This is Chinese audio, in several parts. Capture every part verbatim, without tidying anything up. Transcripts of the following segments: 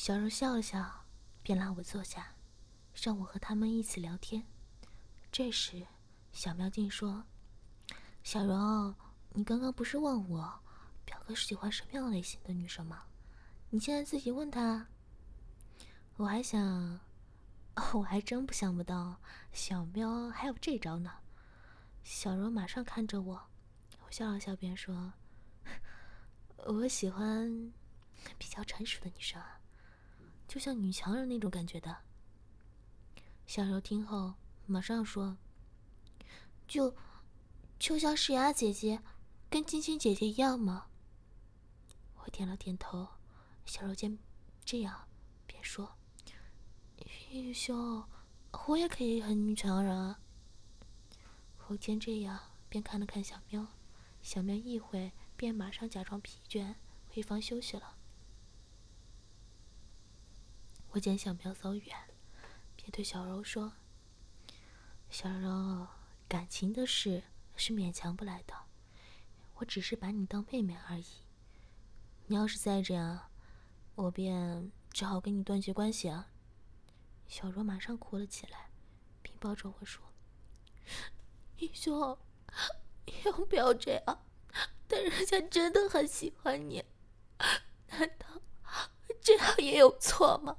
小柔笑了笑，便拉我坐下，让我和他们一起聊天。这时，小喵竟说：“小柔，你刚刚不是问我，表哥喜欢什么样类型的女生吗？你现在自己问他。”我还想，哦，我还真不想不到小喵还有这招呢。小柔马上看着我，我笑了笑便说：“我喜欢比较成熟的女生啊，就像女强人那种感觉的。”小柔听后马上说：“就就像诗雅姐姐跟晶晶姐姐一样吗？”我点了点头。小柔见这样便说：“玉兄，我也可以很女强人啊。”我见这样便看了看小喵，小喵一会便马上假装疲倦回房休息了。我见小喵走远，便对小柔说：“小柔，感情的事是勉强不来的，我只是把你当妹妹而已。你要是再这样，我便只好跟你断绝关系啊。”小柔马上哭了起来，并抱着我说：“玉兄，要不要这样？但人家真的很喜欢你，难道这样也有错吗？”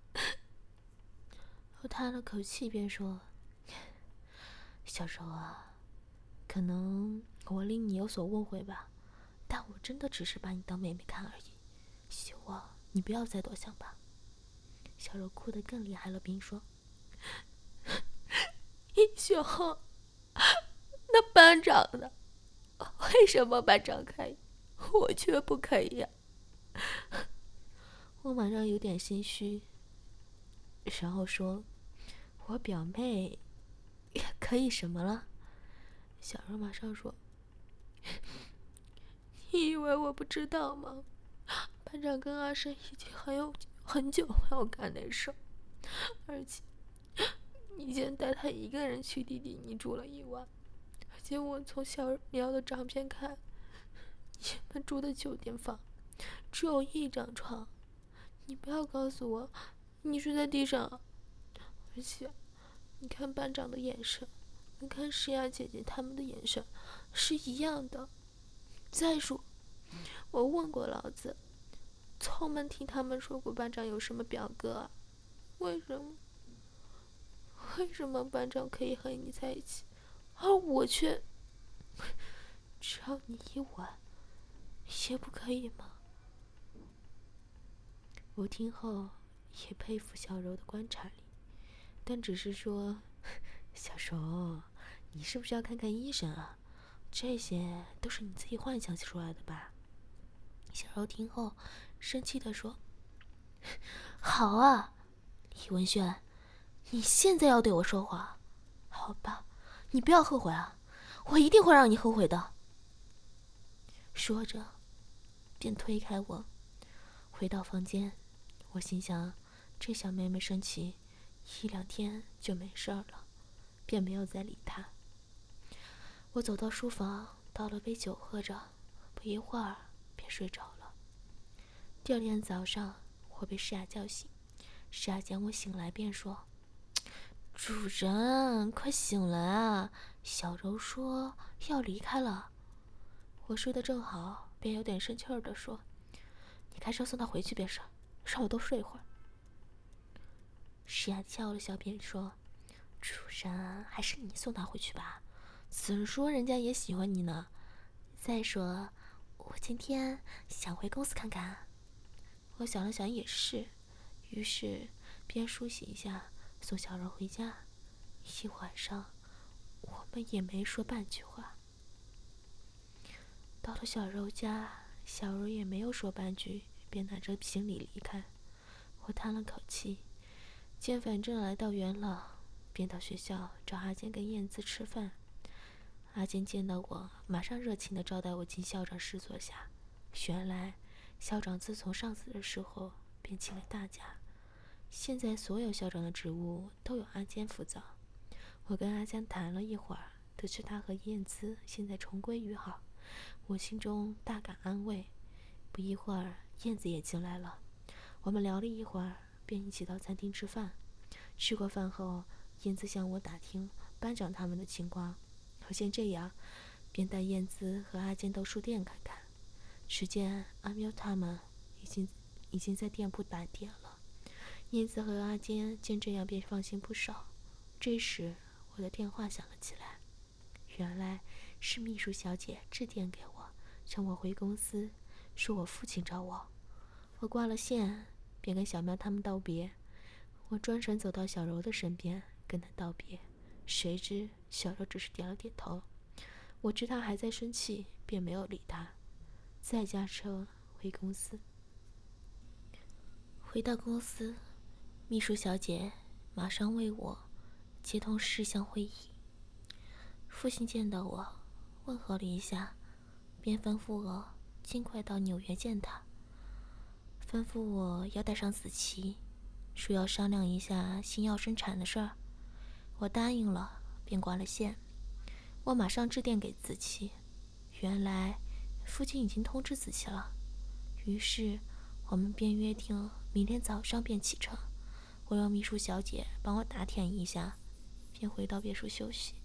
我叹了口气，便说：“小柔啊，可能我令你有所误会吧，但我真的只是把你当妹妹看而已，希望你不要再多想吧。”小柔哭得更厉害了，并说：“英雄，那班长呢？为什么班长可以，我却不可以呀？”我马上有点心虚，然后说：“我表妹可以什么了？”小柔马上说：“你以为我不知道吗？班长跟阿生已经很有很久没有干那事，而且你先带他一个人去弟弟你住了一晚，而且我从小苗的照片看，你们住的酒店房只有一张床，你不要告诉我你睡在地上，而且你看班长的眼神，你看诗雅姐姐他们的眼神是一样的。再说，我问过老子，从没听他们说过班长有什么表哥啊，为什么？为什么班长可以和你在一起，而我却只要你一晚也不可以吗？”我听后也佩服小柔的观察力，但只是说：“小柔，你是不是要看看医生啊？这些都是你自己幻想出来的吧？”小柔听后生气地说：“好啊，李文轩，你现在要对我说话，好吧？你不要后悔啊，我一定会让你后悔的。”说着便推开我回到房间。我心想，这小妹妹生气一两天就没事了，便没有再理她。我走到书房，倒了杯酒喝着，不一会儿便睡着了。第二天早上，我被诗雅叫醒，诗雅见我醒来便说：“主人，快醒来啊！小柔说要离开了。”我睡得正好，便有点生气儿地说：“你开车送她回去便是，让我多睡一会儿。”诗雅笑了笑便说：“主人，还是你送她回去吧，怎说人家也喜欢你呢。再说，我今天想回公司看看。”我想了想也是，于是便梳洗一下，送小柔回家。一晚上，我们也没说半句话。到了小柔家，小柔也没有说半句，便拿着行李离开。我叹了口气，见反正来到园了，便到学校找阿坚跟燕姿吃饭。阿坚见到我，马上热情地招待我进校长室坐下。原来校长自从上次的时候便请了大假，现在所有校长的职务都由阿坚负责。我跟阿坚谈了一会儿，得知他和燕姿现在重归于好，我心中大感安慰。不一会儿，燕子也进来了。 我们聊了一会儿，便一起到餐厅吃饭。吃过饭后，燕子向我打听班长他们的情况。我见这样，便带燕子和阿坚到书店看看。只见阿喵他们已经已经在店铺打点了。燕子和阿坚见这样，便放心不少。这时，我的电话响了起来，原来是秘书小姐致电给我，让我回公司，说我父亲找我。我挂了线，便跟小喵他们道别。我专程走到小柔的身边，跟她道别。谁知小柔只是点了点头。我知她还在生气，便没有理她。再驾车回公司。回到公司，秘书小姐马上为我接通事项会议。父亲见到我，问候了一下，便吩咐我尽快到纽约见他。吩咐我要带上子琪，说要商量一下新药生产的事儿。我答应了，便挂了线。我马上致电给子琪，原来父亲已经通知子琪了。于是我们便约定明天早上便启程。我让秘书小姐帮我打点一下，便回到别墅休息。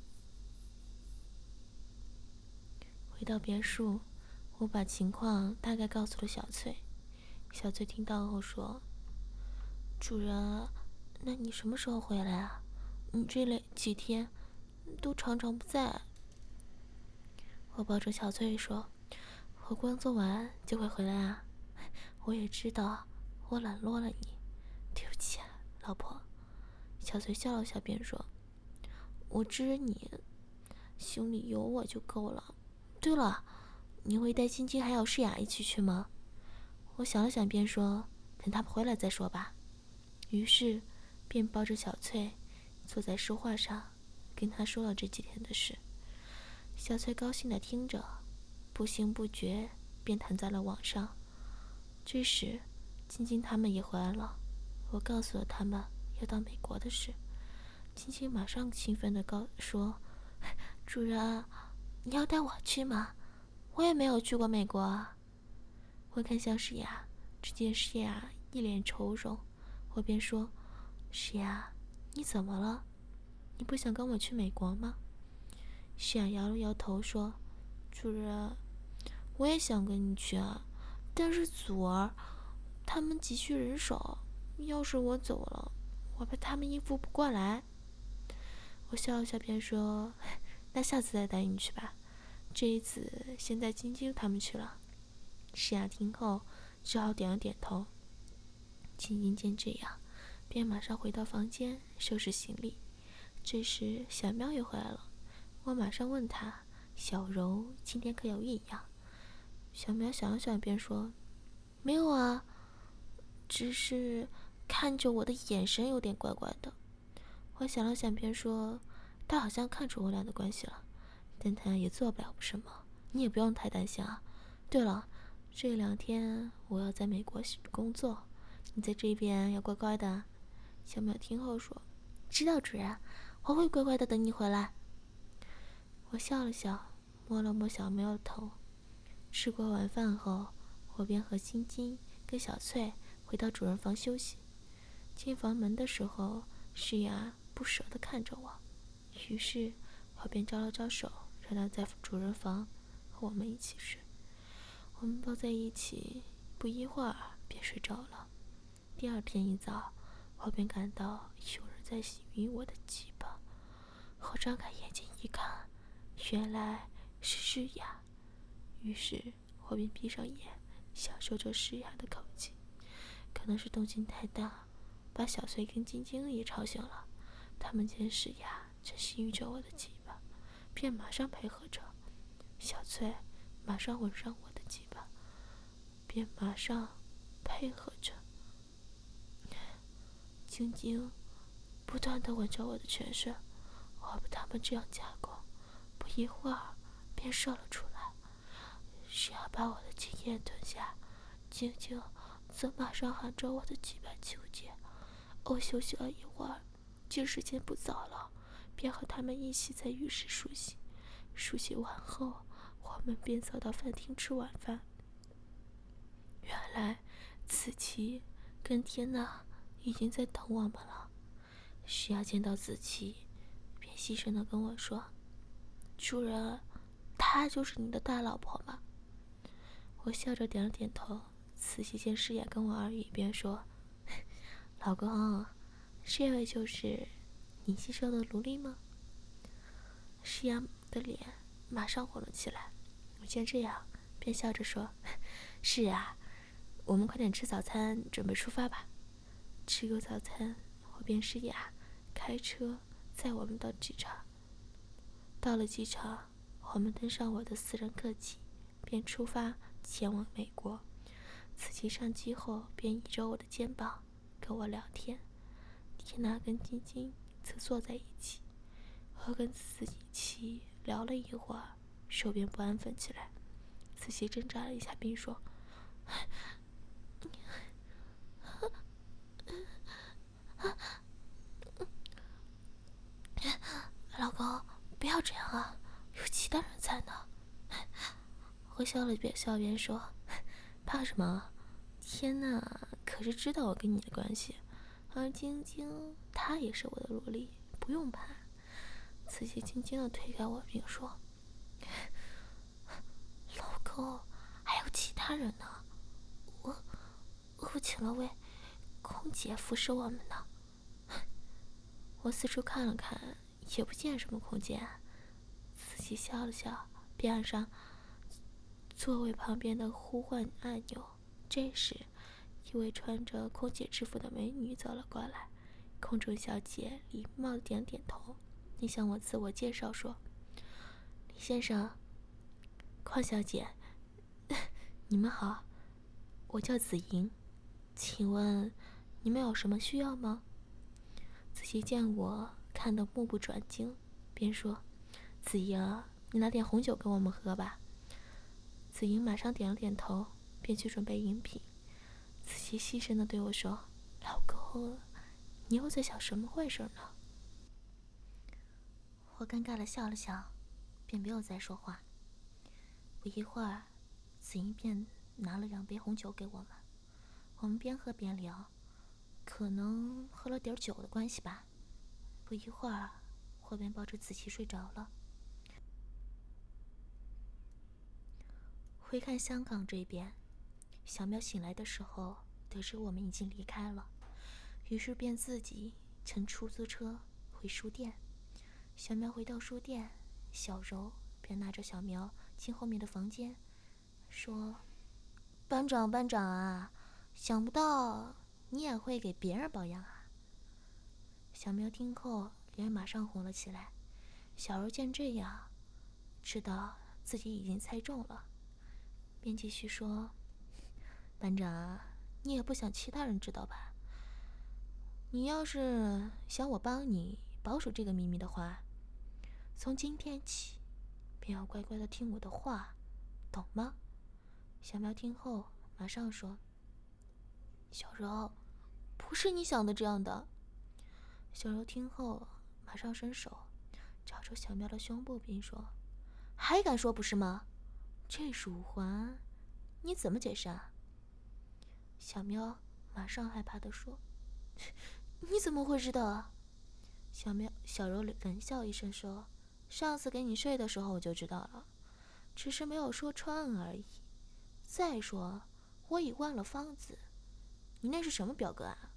回到别墅，我把情况大概告诉了小翠。小翠听到后说：“主人，那你什么时候回来啊？你这类几天都常常不在。”我抱着小翠说：“我工作完就会回来啊。我也知道我冷落了你，对不起啊，老婆。”小翠笑了笑，便说：“我知你，心里有我就够了。对了，你会带晶晶还有诗雅一起去吗？”我想了想，便说：“等他们回来再说吧。”于是便抱着小翠坐在书画上，跟她说了这几天的事。小翠高兴地听着，不知不觉便躺在了网上。这时晶晶他们也回来了，我告诉了他们要到美国的事。晶晶马上兴奋地告说：“主人，你要带我去吗？我也没有去过美国啊。”我看向诗雅，只见诗雅一脸愁容，我便说：“诗雅，你怎么了？你不想跟我去美国吗？”诗雅摇了摇头说：“主人，我也想跟你去啊，但是祖儿他们急需人手，要是我走了，我怕他们应付不过来。”我笑了笑，便说：“那下次再带你去吧，这一次先带晶晶他们去了。”诗雅听后只好点了点头。晶晶见这样，便马上回到房间收拾行李。这时小喵也回来了，我马上问他：“小柔今天可有异样？”小喵想了想，便说：“没有啊，只是看着我的眼神有点怪怪的。”我想了想，便说：“他好像看出我俩的关系了，但他也做不了什么，你也不用太担心啊。对了，这两天我要在美国工作，你在这边要乖乖的。”小淼听后说：“知道主人，我会乖乖的等你回来。”我笑了笑，摸了摸小淼的头。吃过晚饭后，我便和晶晶跟小翠回到主人房休息。进房门的时候，诗雅不舍得看着我，于是我便招了招手，让她在主人房和我们一起睡。我们抱在一起，不一会儿便睡着了。第二天一早，我便感到有人在洗晕我的鸡巴。我张开眼睛一看，原来是诗雅。于是我便闭上眼，享受着诗雅的口气。可能是动静太大，把小翠跟晶晶也吵醒了。他们见诗雅正吸吮着我的鸡巴，便马上配合着。小翠马上吻上我的鸡巴，便马上配合着。晶晶不断地吻着我的全身，我被他们这样夹过，不一会儿便射了出来。诗雅把我的精液吞下，晶晶则马上含着我的鸡巴求解。我休息了一会儿，见时间不早了，便和他们一起在浴室梳洗。梳洗完后，我们便走到饭厅吃晚饭。原来子琪跟天呐已经在等我们了。徐雅见到子琪，便细声地跟我说：“主人，她就是你的大老婆吗？”我笑着点了点头。慈禧见视野跟我耳语，便说：“老公，这位就是你吸收的奴隶吗？”诗雅的脸马上红了起来。我见这样，便笑着说：“是啊，我们快点吃早餐，准备出发吧。”吃过早餐，我便诗雅开车载我们到机场。到了机场，我们登上我的私人客机，便出发前往美国。慈禧上机后，便倚着我的肩膀跟我聊天。缇娜跟晶晶则坐在一起。我跟慈禧聊了一会儿，手便不安分起来。慈禧挣扎了一下，并说：“老公，不要这样啊，有其他人在呢。”我笑了边笑边说：“怕什么？天哪，可是知道我跟你的关系，而晶晶她也是我的萝莉，不用怕。”慈禧轻轻地推开我，并说：“老公，还有其他人呢，我我请了位空姐服侍我们呢。”我四处看了看，也不见什么空姐。慈禧笑了笑，便按上座位旁边的呼唤按钮。这时，一位穿着空姐制服的美女走了过来。空中小姐礼貌地点点头，并向我自我介绍说：“李先生，邝小姐，你们好，我叫子莹，请问你们有什么需要吗？”慈禧见我看得目不转睛，便说：“子莹，你拿点红酒给我们喝吧。”子莹马上点了点头，便去准备饮品。慈禧细声地对我说：“老公，你又在想什么坏事呢？”我尴尬地笑了笑，便没有再说话。不一会儿，子莹便拿了两杯红酒给我们。我们边喝边聊，可能喝了点酒的关系吧。不一会儿，我便抱着子琪睡着了。回看香港这边，小喵醒来的时候，得知我们已经离开了，于是便自己乘出租车回书店。小喵回到书店，小柔便拉着小喵进后面的房间，说：“班长，班长啊，想不到你也会给别人保养啊。”小喵听后脸马上红了起来。小柔见这样，知道自己已经猜中了，便继续说：“班长，你也不想其他人知道吧？你要是想我帮你保守这个秘密的话，从今天起便要乖乖的听我的话，懂吗？”小喵听后马上说：“小柔，不是你想的这样的。”小柔听后马上伸手找着小喵的胸部，并说：“还敢说不是吗？这是五环，你怎么解释啊？”小喵马上害怕地说：“你怎么会知道啊？”小喵小柔冷笑一声说：“上次给你睡的时候我就知道了，只是没有说穿而已。再说我已换了方子，你那是什么表哥啊？”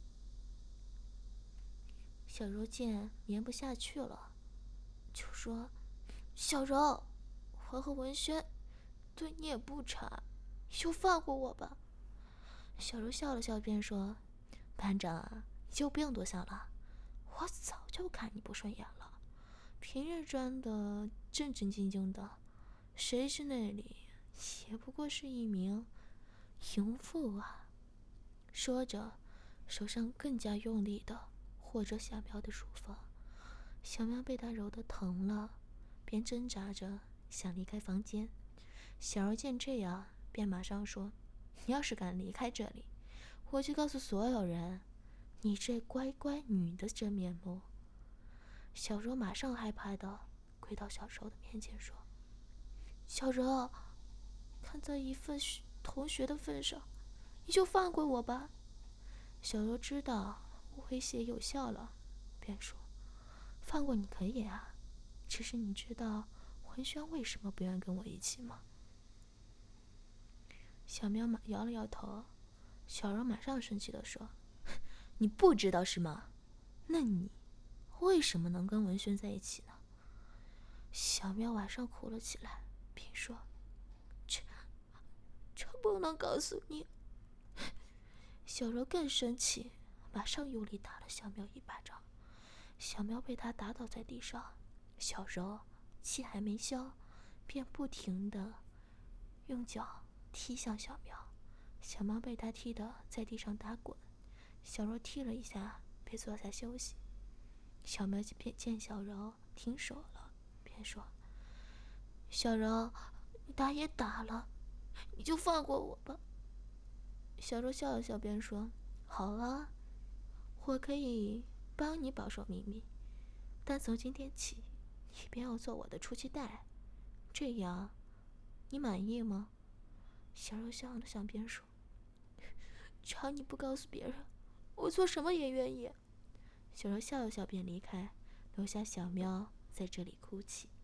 小柔见眠不下去了，就说：“小柔，我和文轩对你也不差，你就放过我吧。”小柔笑了笑，便说：“班长，你就不用多想了，我早就看你不顺眼了。平日装的正正经经的，谁知那里也不过是一名淫妇啊。”说着，手上更加用力的握着小喵的乳房。小喵被他揉得疼了，便挣扎着想离开房间。小柔见这样，便马上说：“你要是敢离开这里，我就告诉所有人你这乖乖女的真面目。”小柔马上害怕的跪到小柔的面前说：“小柔，看在一份同学的份上，你就放过我吧。” 小柔知道威胁有效了，便说：“放过你可以啊，只是你知道文轩为什么不愿跟我一起吗？”小喵马摇了摇头，小柔马上生气地说：“你不知道是吗？那你为什么能跟文轩在一起呢？”小喵晚上哭了起来，并说：“这这不能告诉你。”小柔更生气，马上用力打了小喵一巴掌。小喵被他打倒在地上，小柔气还没消，便不停地用脚踢向小喵。小喵被他踢得在地上打滚，小柔踢了一下，便坐下休息。小喵见小柔停手了，便说：“小柔，你打也打了，你就放过我吧。”小柔笑了笑，便说：“好啊，我可以帮你保守秘密，但从今天起，你便要做我的出气袋，这样，你满意吗？”小柔想了想，便说：“只要你不告诉别人，我做什么也愿意。”小柔笑了笑，便离开，留下小喵在这里哭泣。